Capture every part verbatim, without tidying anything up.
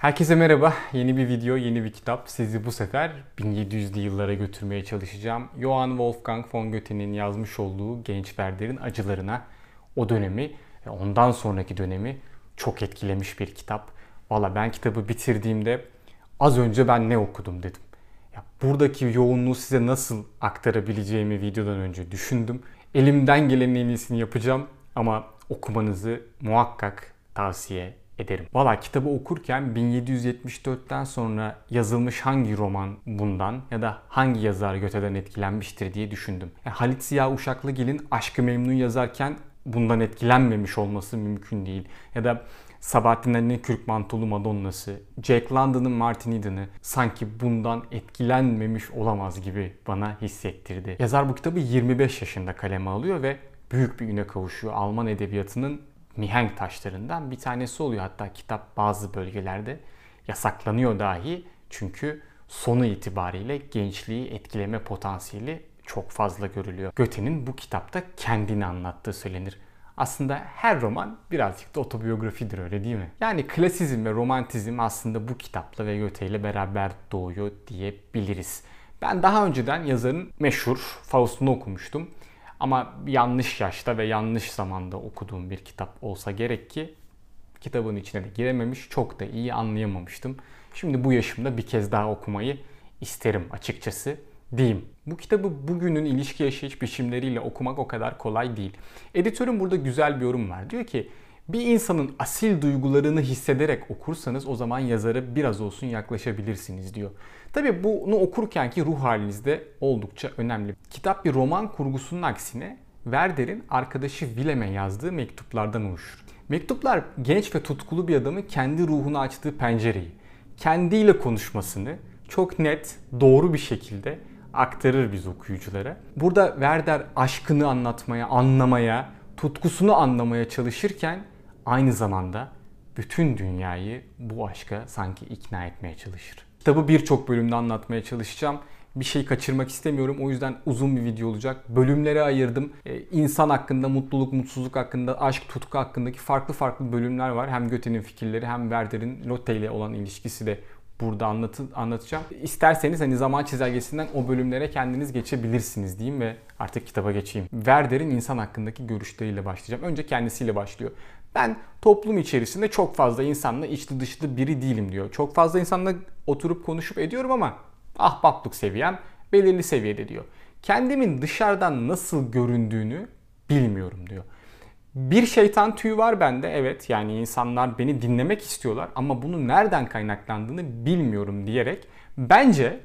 Herkese merhaba. Yeni bir video, yeni bir kitap. Sizi bu sefer bin yedi yüzlü yıllara götürmeye çalışacağım. Johann Wolfgang von Goethe'nin yazmış olduğu Genç Werther'in acılarına o dönemi ve ondan sonraki dönemi çok etkilemiş bir kitap. Valla ben kitabı bitirdiğimde az önce ben ne okudum dedim. Ya buradaki yoğunluğu size nasıl aktarabileceğimi videodan önce düşündüm. Elimden gelenin en iyisini yapacağım ama okumanızı muhakkak tavsiye ederim. Valla kitabı okurken bin yedi yüz yetmiş dörtten sonra yazılmış hangi roman bundan ya da hangi yazar Goethe'den etkilenmiştir diye düşündüm. Yani Halit Ziya Uşaklıgil'in Aşk-ı Memnu yazarken bundan etkilenmemiş olması mümkün değil. Ya da Sabahattin Ali'nin Kürk Mantolu Madonna'sı, Jack London'ın Martin Eden'ı sanki bundan etkilenmemiş olamaz gibi bana hissettirdi. Yazar bu kitabı yirmi beş yaşında kaleme alıyor ve büyük bir üne kavuşuyor. Alman edebiyatının mihenk taşlarından bir tanesi oluyor. Hatta kitap bazı bölgelerde yasaklanıyor dahi. Çünkü sonu itibariyle gençliği etkileme potansiyeli çok fazla görülüyor. Goethe'nin bu kitapta kendini anlattığı söylenir. Aslında her roman birazcık da otobiyografidir, öyle değil mi? Yani klasizm ve romantizm aslında bu kitapla ve Goethe ile beraber doğuyor diyebiliriz. Ben daha önceden yazarın meşhur Faust'unu okumuştum. Ama yanlış yaşta ve yanlış zamanda okuduğum bir kitap olsa gerek ki kitabın içine de girememiş, çok da iyi anlayamamıştım. Şimdi bu yaşımda bir kez daha okumayı isterim açıkçası diyeyim. Bu kitabı bugünün ilişki yaşayış biçimleriyle okumak o kadar kolay değil. Editörün burada güzel bir yorum var. Diyor ki bir insanın asil duygularını hissederek okursanız o zaman yazara biraz olsun yaklaşabilirsiniz diyor. Tabii bunu okurkenki ruh haliniz de oldukça önemli. Kitap bir roman kurgusunun aksine Werther'in arkadaşı Wilhelm'e yazdığı mektuplardan oluşur. Mektuplar genç ve tutkulu bir adamın kendi ruhuna açtığı pencereyi, kendiyle konuşmasını çok net, doğru bir şekilde aktarır biz okuyuculara. Burada Werther aşkını anlatmaya, anlamaya, tutkusunu anlamaya çalışırken aynı zamanda bütün dünyayı bu aşka sanki ikna etmeye çalışır. Kitabı birçok bölümde anlatmaya çalışacağım. Bir şey kaçırmak istemiyorum. O yüzden uzun bir video olacak. Bölümlere ayırdım. Ee, insan hakkında, mutluluk, mutsuzluk hakkında, aşk, tutku hakkındaki farklı farklı bölümler var. Hem Goethe'nin fikirleri hem Werther'in Lotte ile olan ilişkisi de burada anlatı, anlatacağım. İsterseniz hani zaman çizelgesinden o bölümlere kendiniz geçebilirsiniz diyeyim ve artık kitaba geçeyim. Werther'in insan hakkındaki görüşleriyle başlayacağım. Önce kendisiyle başlıyor. Ben toplum içerisinde çok fazla insanla içli dışlı biri değilim diyor. Çok fazla insanla oturup konuşup ediyorum ama ahbaplık seviyem belirli seviyede diyor. Kendimin dışarıdan nasıl göründüğünü bilmiyorum diyor. Bir şeytan tüyü var bende, evet, yani insanlar beni dinlemek istiyorlar ama bunun nereden kaynaklandığını bilmiyorum diyerek bence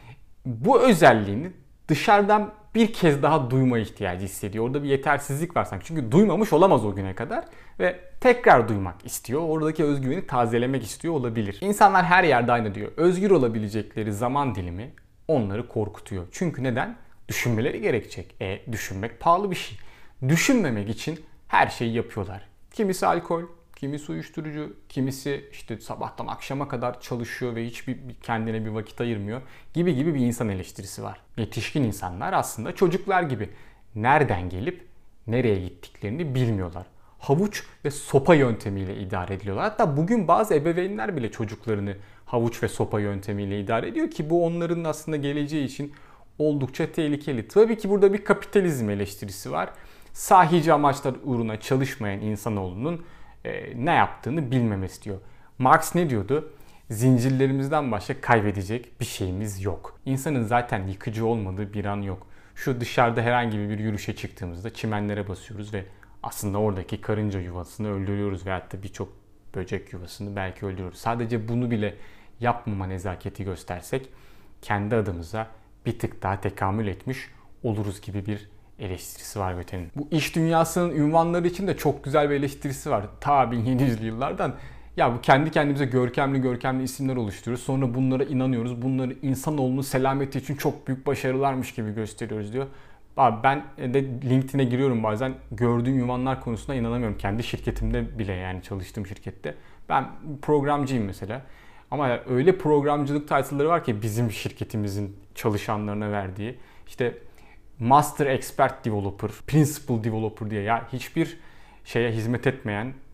bu özelliğini dışarıdan bir kez daha duyma ihtiyacı hissediyor. Orada bir yetersizlik var sanki. Çünkü duymamış olamaz o güne kadar ve tekrar duymak istiyor. Oradaki özgüveni tazelemek istiyor olabilir. İnsanlar her yerde aynı diyor. Özgür olabilecekleri zaman dilimi onları korkutuyor. Çünkü neden? Düşünmeleri gerekecek. E düşünmek pahalı bir şey. Düşünmemek için her şeyi yapıyorlar. Kimisi alkol, kimisi uyuşturucu, kimisi işte sabahtan akşama kadar çalışıyor ve hiçbir kendine bir vakit ayırmıyor gibi gibi bir insan eleştirisi var. Yetişkin insanlar aslında çocuklar gibi nereden gelip nereye gittiklerini bilmiyorlar. Havuç ve sopa yöntemiyle idare ediliyorlar. Hatta bugün bazı ebeveynler bile çocuklarını havuç ve sopa yöntemiyle idare ediyor ki bu onların aslında geleceği için oldukça tehlikeli. Tabii ki burada bir kapitalizm eleştirisi var. Sahici amaçlar uğruna çalışmayan insanoğlunun e, ne yaptığını bilmemesi diyor. Marx ne diyordu? Zincirlerimizden başka kaybedecek bir şeyimiz yok. İnsanın zaten yıkıcı olmadığı bir an yok. Şu dışarıda herhangi bir yürüyüşe çıktığımızda çimenlere basıyoruz ve aslında oradaki karınca yuvasını öldürüyoruz veyahut da birçok böcek yuvasını belki öldürüyoruz. Sadece bunu bile yapmama nezaketi göstersek kendi adımıza bir tık daha tekamül etmiş oluruz gibi bir eleştirisi var Goethe'nin. Bu iş dünyasının ünvanları için de çok güzel bir eleştirisi var. Ta bin yedi yüzlü yıllardan. Ya bu kendi kendimize görkemli görkemli isimler oluşturuyoruz. Sonra bunlara inanıyoruz. Bunları insanoğlunun selameti için çok büyük başarılarmış gibi gösteriyoruz diyor. Abi ben de LinkedIn'e giriyorum bazen. Gördüğüm ünvanlar konusunda inanamıyorum. Kendi şirketimde bile, yani çalıştığım şirkette. Ben programcıyım mesela. Ama öyle programcılık title'ları var ki bizim şirketimizin çalışanlarına verdiği. İşte Master Expert Developer, Principal Developer diye ya hiçbir şeye hizmet etmeyen,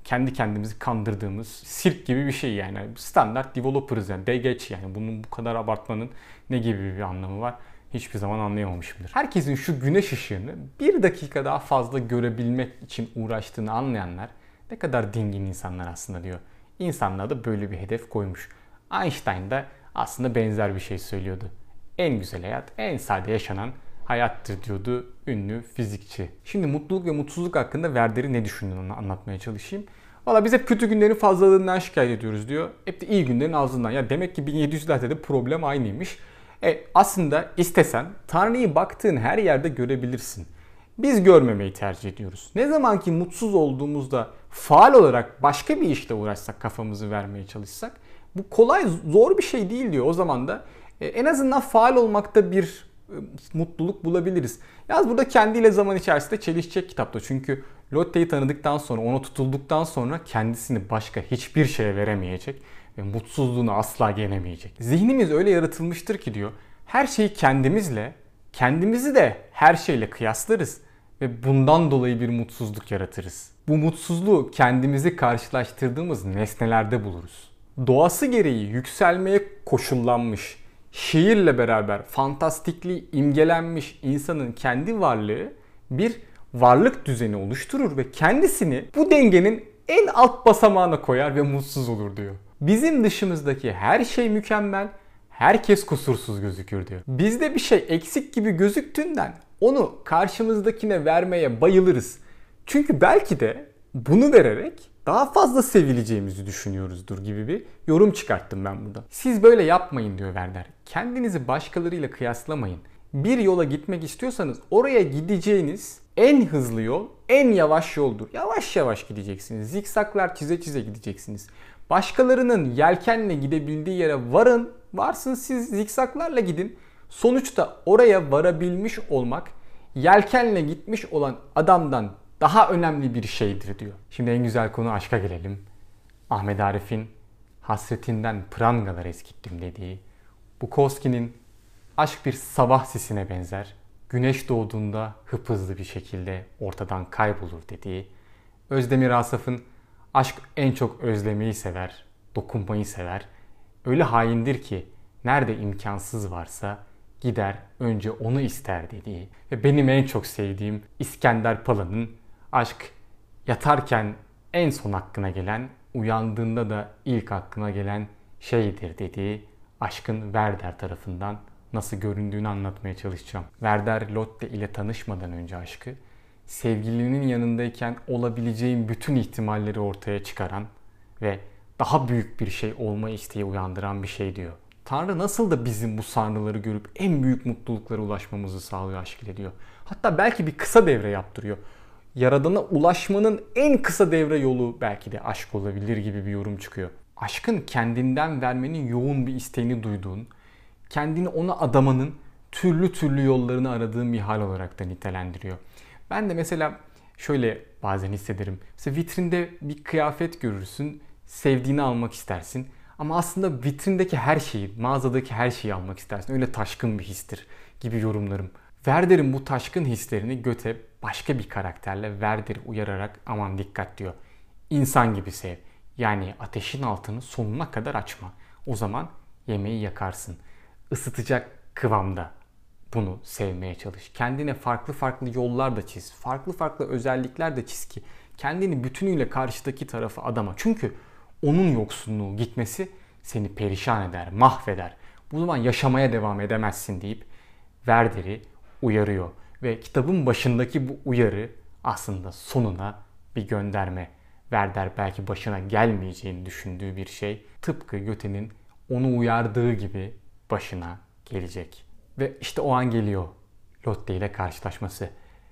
kendi kendimizi kandırdığımız sirk gibi bir şey yani. Standart developer'ız yani. De geç yani. Bunun bu kadar abartmanın ne gibi bir anlamı var? Hiçbir zaman anlayamamışımdır. Herkesin şu güneş ışığını bir dakika daha fazla görebilmek için uğraştığını anlayanlar ne kadar dingin insanlar aslında diyor. İnsanlar da böyle bir hedef koymuş. Einstein da aslında benzer bir şey söylüyordu. En güzel hayat, en sade yaşanan hayattır diyordu ünlü fizikçi. Şimdi mutluluk ve mutsuzluk hakkında Werder'i ne düşündüğünü anlatmaya çalışayım. Valla biz hep kötü günlerin fazlalığından şikayet ediyoruz diyor. Hep de iyi günlerin azlığından. Ya demek ki bin yedi yüzlerde de problem aynıymış. E, aslında istesen Tanrı'yı baktığın her yerde görebilirsin. Biz görmemeyi tercih ediyoruz. Ne zaman ki mutsuz olduğumuzda faal olarak başka bir işle uğraşsak, kafamızı vermeye çalışsak, bu kolay, zor bir şey değil diyor. O zaman da e, en azından faal olmakta bir e, mutluluk bulabiliriz. Yalnız burada kendiyle zaman içerisinde çelişecek kitapta. Çünkü Lotte'yi tanıdıktan sonra, ona tutulduktan sonra kendisini başka hiçbir şeye veremeyecek ve mutsuzluğunu asla yenemeyecek. Zihnimiz öyle yaratılmıştır ki diyor, her şeyi kendimizle, kendimizi de her şeyle kıyaslarız ve bundan dolayı bir mutsuzluk yaratırız. Bu mutsuzluğu kendimizi karşılaştırdığımız nesnelerde buluruz. Doğası gereği yükselmeye koşullanmış, şiirle beraber fantastikliği imgelenmiş insanın kendi varlığı bir varlık düzeni oluşturur ve kendisini bu dengenin en alt basamağına koyar ve mutsuz olur diyor. Bizim dışımızdaki her şey mükemmel, herkes kusursuz gözükür diyor. Bizde bir şey eksik gibi gözüktüğünden onu karşımızdakine vermeye bayılırız. Çünkü belki de bunu vererek daha fazla sevileceğimizi düşünüyoruzdur gibi bir yorum çıkarttım ben burada. Siz böyle yapmayın diyor Werder. Kendinizi başkalarıyla kıyaslamayın. Bir yola gitmek istiyorsanız oraya gideceğiniz en hızlı yol en yavaş yoldur. Yavaş yavaş gideceksiniz. Zikzaklar çize çize gideceksiniz. Başkalarının yelkenle gidebildiği yere varın. Varsın siz zikzaklarla gidin. Sonuçta oraya varabilmiş olmak yelkenle gitmiş olan adamdan daha önemli bir şeydir diyor. Şimdi en güzel konu aşka gelelim. Ahmet Arif'in hasretinden prangalar eskittim dediği, Bukowski'nin aşk bir sabah sisine benzer, güneş doğduğunda hıphızlı bir şekilde ortadan kaybolur dediği, Özdemir Asaf'ın aşk en çok özlemeyi sever, dokunmayı sever, öyle haindir ki nerede imkansız varsa gider önce onu ister dediği ve benim en çok sevdiğim İskender Pala'nın aşk yatarken en son aklına gelen, uyandığında da ilk aklına gelen şeydir dediği, aşkın Werder tarafından nasıl göründüğünü anlatmaya çalışacağım. Werder Lotte ile tanışmadan önce aşkı, sevgilinin yanındayken olabileceğin bütün ihtimalleri ortaya çıkaran ve daha büyük bir şey olma isteği uyandıran bir şey diyor. Tanrı nasıl da bizim bu sanrıları görüp en büyük mutluluklara ulaşmamızı sağlıyor aşk ile diyor. Hatta belki bir kısa devre yaptırıyor. Yaradana ulaşmanın en kısa devre yolu belki de aşk olabilir gibi bir yorum çıkıyor. Aşkın kendinden vermenin yoğun bir isteğini duyduğun, kendini ona adamanın türlü türlü yollarını aradığın bir hal olarak da nitelendiriyor. Ben de mesela şöyle bazen hissederim. Mesela vitrinde bir kıyafet görürsün, sevdiğini almak istersin. Ama aslında vitrindeki her şeyi, mağazadaki her şeyi almak istersin. Öyle taşkın bir histir gibi yorumlarım. Werder'in bu taşkın hislerini Goethe başka bir karakterle Werder'i uyararak aman dikkat diyor. İnsan gibi sev. Yani ateşin altını sonuna kadar açma. O zaman yemeği yakarsın. Isıtacak kıvamda bunu sevmeye çalış. Kendine farklı farklı yollar da çiz. Farklı farklı özellikler de çiz ki kendini bütünüyle karşıdaki tarafı adama. Çünkü onun yoksunluğu gitmesi seni perişan eder, mahveder. Bu zaman yaşamaya devam edemezsin deyip Werder'i uyarıyor. Ve kitabın başındaki bu uyarı aslında sonuna bir gönderme. Werder belki başına gelmeyeceğini düşündüğü bir şey tıpkı Goethe'nin onu uyardığı gibi başına gelecek. Ve işte o an geliyor Lotte ile karşılaşması.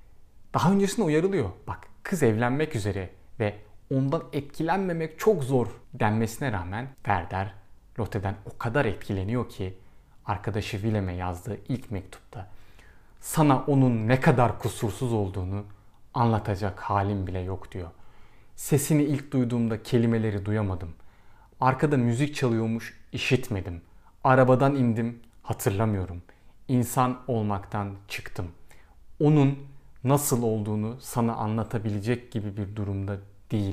Daha öncesinde uyarılıyor. Bak kız evlenmek üzere ve ondan etkilenmemek çok zor denmesine rağmen Werder Lotte'den o kadar etkileniyor ki arkadaşı Wilhelm'e yazdığı ilk mektupta sana onun ne kadar kusursuz olduğunu anlatacak halim bile yok diyor. Sesini ilk duyduğumda kelimeleri duyamadım. Arkada müzik çalıyormuş, işitmedim. Arabadan indim, hatırlamıyorum. İnsan olmaktan çıktım. Onun nasıl olduğunu sana anlatabilecek gibi bir durumda değilim.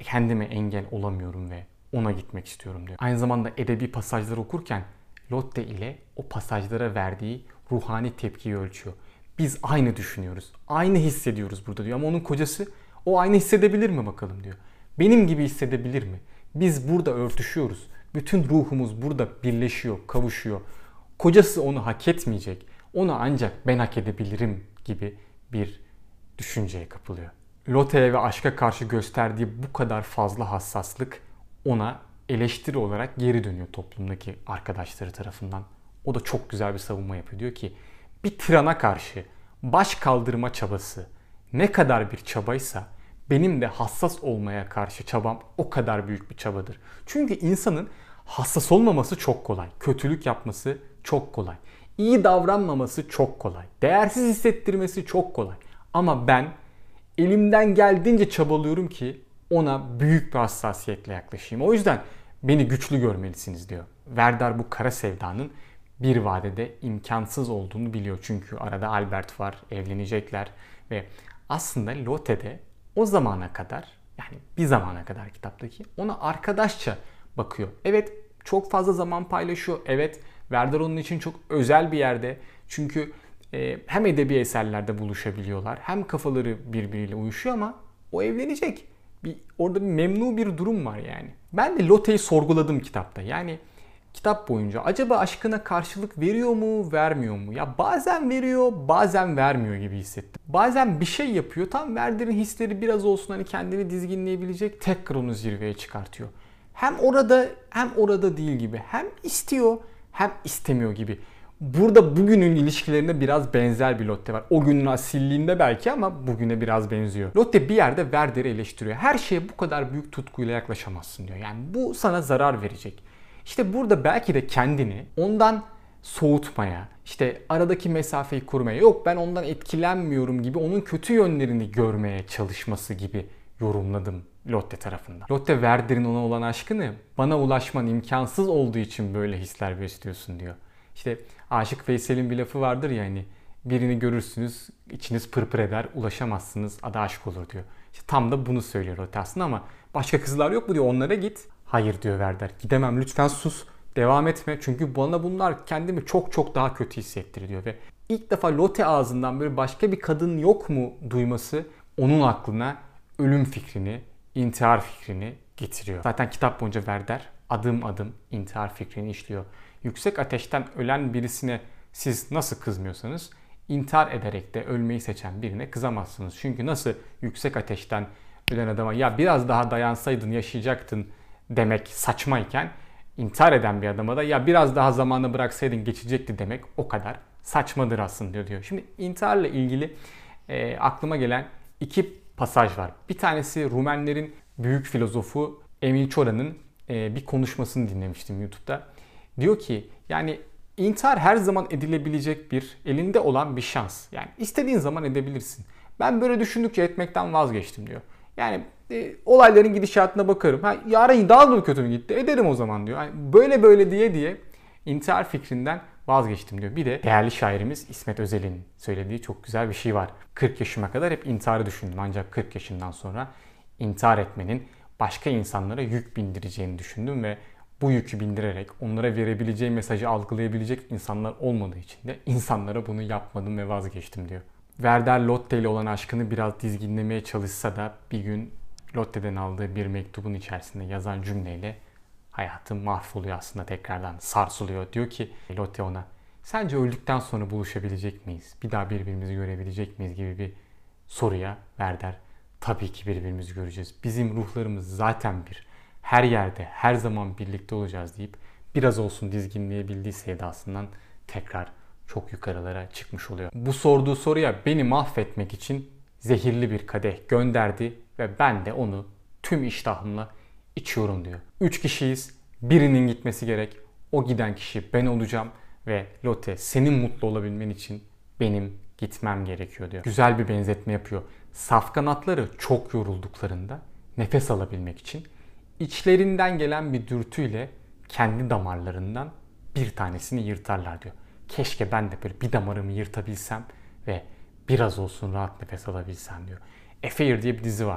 kendime engel olamıyorum ve ona gitmek istiyorum diyor. Aynı zamanda edebi pasajları okurken Lotte ile o pasajlara verdiği ruhani tepkiyi ölçüyor. Biz aynı düşünüyoruz, aynı hissediyoruz burada diyor. Ama onun kocası o aynı hissedebilir mi bakalım diyor. Benim gibi hissedebilir mi? Biz burada örtüşüyoruz. Bütün ruhumuz burada birleşiyor, kavuşuyor. Kocası onu hak etmeyecek. Onu ancak ben hak edebilirim gibi bir düşünceye kapılıyor. Lotte'ye ve aşka karşı gösterdiği bu kadar fazla hassaslık ona eleştiri olarak geri dönüyor toplumdaki arkadaşları tarafından. O da çok güzel bir savunma yapıyor. Diyor ki bir tirana karşı baş kaldırma çabası ne kadar bir çabaysa benim de hassas olmaya karşı çabam o kadar büyük bir çabadır. Çünkü insanın hassas olmaması çok kolay. Kötülük yapması çok kolay. İyi davranmaması çok kolay. Değersiz hissettirmesi çok kolay. Ama ben elimden geldiğince çabalıyorum ki ona büyük bir hassasiyetle yaklaşayım. O yüzden beni güçlü görmelisiniz diyor. Werder bu kara sevdanın bir vadede imkansız olduğunu biliyor. Çünkü arada Albert var, evlenecekler ve aslında Lotte de o zamana kadar, yani bir zamana kadar kitaptaki, ona arkadaşça bakıyor. Evet, çok fazla zaman paylaşıyor. Evet, Werder onun için çok özel bir yerde. Çünkü e, hem edebi eserlerde buluşabiliyorlar, hem kafaları birbiriyle uyuşuyor ama o evlenecek. Bir, orada bir memnun bir durum var yani. Ben de Lotte'yi sorguladım kitapta. Yani kitap boyunca acaba aşkına karşılık veriyor mu, vermiyor mu? Ya bazen veriyor, bazen vermiyor gibi hissettim. Bazen bir şey yapıyor. Tam Werder'in hisleri biraz olsun hani kendini dizginleyebilecek, tekrar onu zirveye çıkartıyor. Hem orada hem orada değil gibi. Hem istiyor hem istemiyor gibi. Burada bugünün ilişkilerinde biraz benzer bir Lotte var. O günün asilliğinde belki ama bugüne biraz benziyor. Lotte bir yerde Werder'i eleştiriyor. Her şeye bu kadar büyük tutkuyla yaklaşamazsın diyor. Yani bu sana zarar verecek. İşte burada belki de kendini ondan soğutmaya, işte aradaki mesafeyi kurmaya, yok ben ondan etkilenmiyorum gibi onun kötü yönlerini görmeye çalışması gibi yorumladım Lotte tarafından. Lotte Werder'in ona olan aşkını bana ulaşman imkansız olduğu için böyle hisler besliyorsun diyor. İşte Aşık Veysel'in bir lafı vardır ya hani birini görürsünüz içiniz pırpır eder ulaşamazsınız adı aşk olur diyor. İşte tam da bunu söylüyor Lotte aslında ama başka kızlar yok mu diyor onlara git. Hayır diyor Werder gidemem lütfen sus devam etme çünkü bana bunlar kendimi çok çok daha kötü hissettiriyor diyor ve ilk defa Lotte ağzından böyle başka bir kadın yok mu duyması onun aklına ölüm fikrini, intihar fikrini getiriyor. Zaten kitap boyunca Werder adım adım intihar fikrini işliyor. Yüksek ateşten ölen birisine siz nasıl kızmıyorsanız intihar ederek de ölmeyi seçen birine kızamazsınız. Çünkü nasıl yüksek ateşten ölen adama ya biraz daha dayansaydın yaşayacaktın demek saçmayken intihar eden bir adama da ya biraz daha zamanı bıraksaydın geçecekti demek o kadar saçmadır aslında diyor. Şimdi intiharla ilgili e, aklıma gelen iki pasaj var. Bir tanesi Rumenlerin büyük filozofu Emil Çora'nın e, bir konuşmasını dinlemiştim YouTube'da. Diyor ki yani intihar her zaman edilebilecek bir elinde olan bir şans. Yani istediğin zaman edebilirsin. Ben böyle düşündükçe etmekten vazgeçtim diyor. Yani e, olayların gidişatına bakarım. Ha, yarın daha da kötü mü gitti? Ederim o zaman diyor. Yani böyle böyle diye diye intihar fikrinden vazgeçtim diyor. Bir de değerli şairimiz İsmet Özel'in söylediği çok güzel bir şey var. kırk yaşıma kadar hep intiharı düşündüm. Ancak kırk yaşından sonra intihar etmenin başka insanlara yük bindireceğini düşündüm ve bu yükü bindirerek onlara verebileceği mesajı algılayabilecek insanlar olmadığı için de insanlara bunu yapmadım ve vazgeçtim diyor. Werder Lotte ile olan aşkını biraz dizginlemeye çalışsa da bir gün Lotte'den aldığı bir mektubun içerisinde yazan cümleyle hayatı mahvoluyor aslında tekrardan sarsılıyor. Diyor ki Lotte ona sence öldükten sonra buluşabilecek miyiz? Bir daha birbirimizi görebilecek miyiz gibi bir soruya Werder tabii ki birbirimizi göreceğiz. Bizim ruhlarımız zaten bir. Her yerde, her zaman birlikte olacağız deyip biraz olsun dizginleyebildiği sevdasından tekrar çok yukarılara çıkmış oluyor. Bu sorduğu soruya beni mahvetmek için zehirli bir kadeh gönderdi ve ben de onu tüm iştahımla içiyorum diyor. Üç kişiyiz, birinin gitmesi gerek. O giden kişi ben olacağım ve Lotte senin mutlu olabilmen için benim gitmem gerekiyor diyor. Güzel bir benzetme yapıyor. Safkanatları çok yorulduklarında nefes alabilmek için İçlerinden gelen bir dürtüyle kendi damarlarından bir tanesini yırtarlar diyor. Keşke ben de böyle bir damarımı yırtabilsem ve biraz olsun rahat nefes alabilsem diyor. Affair diye bir dizi vardı.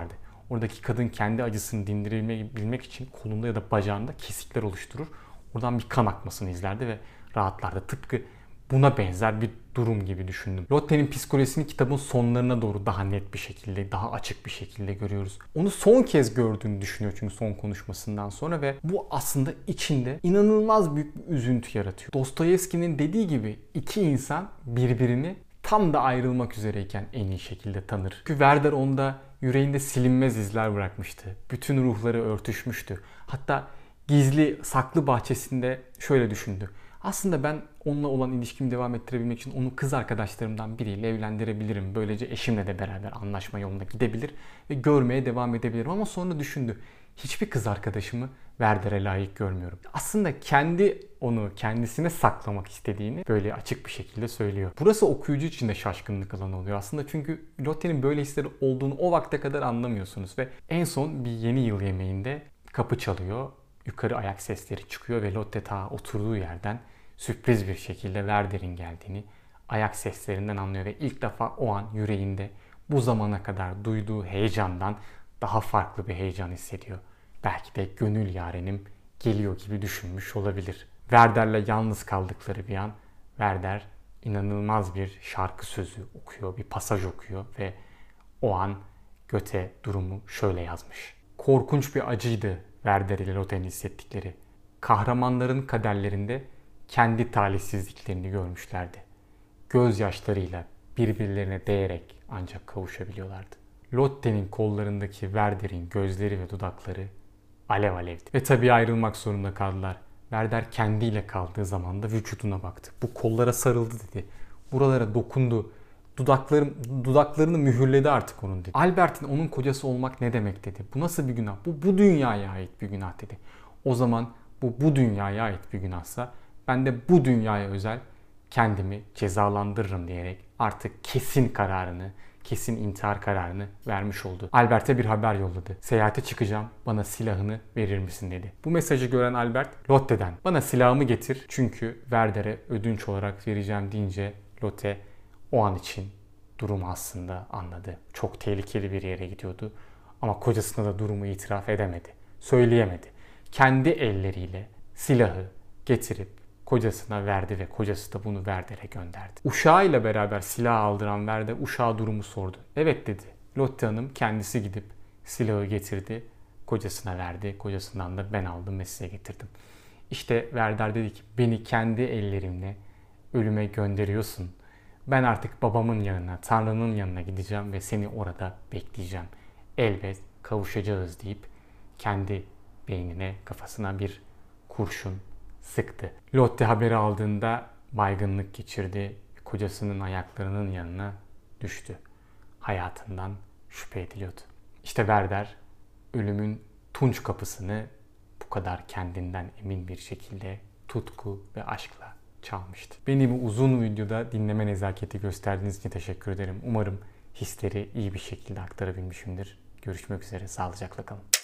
Oradaki kadın kendi acısını dindirebilmek için kolunda ya da bacağında kesikler oluşturur. Oradan bir kan akmasını izlerdi ve rahatlardı. Tıpkı buna benzer bir durum gibi düşündüm. Lotte'nin psikolojisini kitabın sonlarına doğru daha net bir şekilde, daha açık bir şekilde görüyoruz. Onu son kez gördüğünü düşünüyor çünkü son konuşmasından sonra ve bu aslında içinde inanılmaz büyük bir üzüntü yaratıyor. Dostoyevski'nin dediği gibi iki insan birbirini tam da ayrılmak üzereyken en iyi şekilde tanır. Çünkü Werder onda yüreğinde silinmez izler bırakmıştı. Bütün ruhları örtüşmüştü. Hatta gizli, saklı bahçesinde şöyle düşündü. Aslında ben onunla olan ilişkimi devam ettirebilmek için onu kız arkadaşlarımdan biriyle evlendirebilirim. Böylece eşimle de beraber anlaşma yoluna gidebilir ve görmeye devam edebilirim. Ama sonra düşündü. Hiçbir kız arkadaşımı Werder'e layık görmüyorum. Aslında kendi onu kendisine saklamak istediğini böyle açık bir şekilde söylüyor. Burası okuyucu için de şaşkınlık alanı oluyor aslında. Çünkü Lotte'nin böyle hisleri olduğunu o vakte kadar anlamıyorsunuz. Ve en son bir yeni yıl yemeğinde kapı çalıyor. Yukarı ayak sesleri çıkıyor ve Lotte ta oturduğu yerden sürpriz bir şekilde Werder'in geldiğini ayak seslerinden anlıyor ve ilk defa o an yüreğinde bu zamana kadar duyduğu heyecandan daha farklı bir heyecan hissediyor. Belki de gönül yarenim geliyor gibi düşünmüş olabilir. Werder'le yalnız kaldıkları bir an Werder inanılmaz bir şarkı sözü okuyor, bir pasaj okuyor ve o an Goethe durumu şöyle yazmış. Korkunç bir acıydı Werder ile Lotte'nin hissettikleri. Kahramanların kaderlerinde kendi talihsizliklerini görmüşlerdi. Gözyaşlarıyla birbirlerine değerek ancak kavuşabiliyorlardı. Lotte'nin kollarındaki Werder'in gözleri ve dudakları alev alevdi. Ve tabii ayrılmak zorunda kaldılar. Werder kendiyle kaldığı zaman da vücuduna baktı. Bu kollara sarıldı dedi. Buralara dokundu. Dudaklarım, dudaklarını mühürledi artık onun dedi. Albert'in onun kocası olmak ne demek dedi. Bu nasıl bir günah? Bu bu dünyaya ait bir günah dedi. O zaman bu bu dünyaya ait bir günahsa ben de bu dünyaya özel kendimi cezalandırırım diyerek artık kesin kararını, kesin intihar kararını vermiş oldu. Albert'e bir haber yolladı. Seyahate çıkacağım, bana silahını verir misin dedi. Bu mesajı gören Albert, Lotte'den bana silahımı getir çünkü Werder'e ödünç olarak vereceğim deyince Lotte o an için durumu aslında anladı. Çok tehlikeli bir yere gidiyordu ama kocasına da durumu itiraf edemedi. Söyleyemedi. Kendi elleriyle silahı getirip kocasına verdi ve kocası da bunu Werder'e gönderdi. Uşağıyla beraber silah aldıran Werder uşağa durumu sordu. Evet dedi. Lotte Hanım kendisi gidip silahı getirdi. Kocasına verdi. Kocasından da ben aldım ve size getirdim. İşte Werder dedi ki beni kendi ellerimle ölüme gönderiyorsun. Ben artık babamın yanına, Tanrı'nın yanına gideceğim ve seni orada bekleyeceğim. Elbet kavuşacağız deyip kendi beynine, kafasına bir kurşun sıktı. Lotte haberi aldığında baygınlık geçirdi. Kocasının ayaklarının yanına düştü. Hayatından şüphe ediliyordu. İşte Werder ölümün tunç kapısını bu kadar kendinden emin bir şekilde tutku ve aşkla çalmıştı. Beni bu uzun videoda dinleme nezaketi gösterdiğiniz için teşekkür ederim. Umarım hisleri iyi bir şekilde aktarabilmişimdir. Görüşmek üzere, sağlıcakla kalın.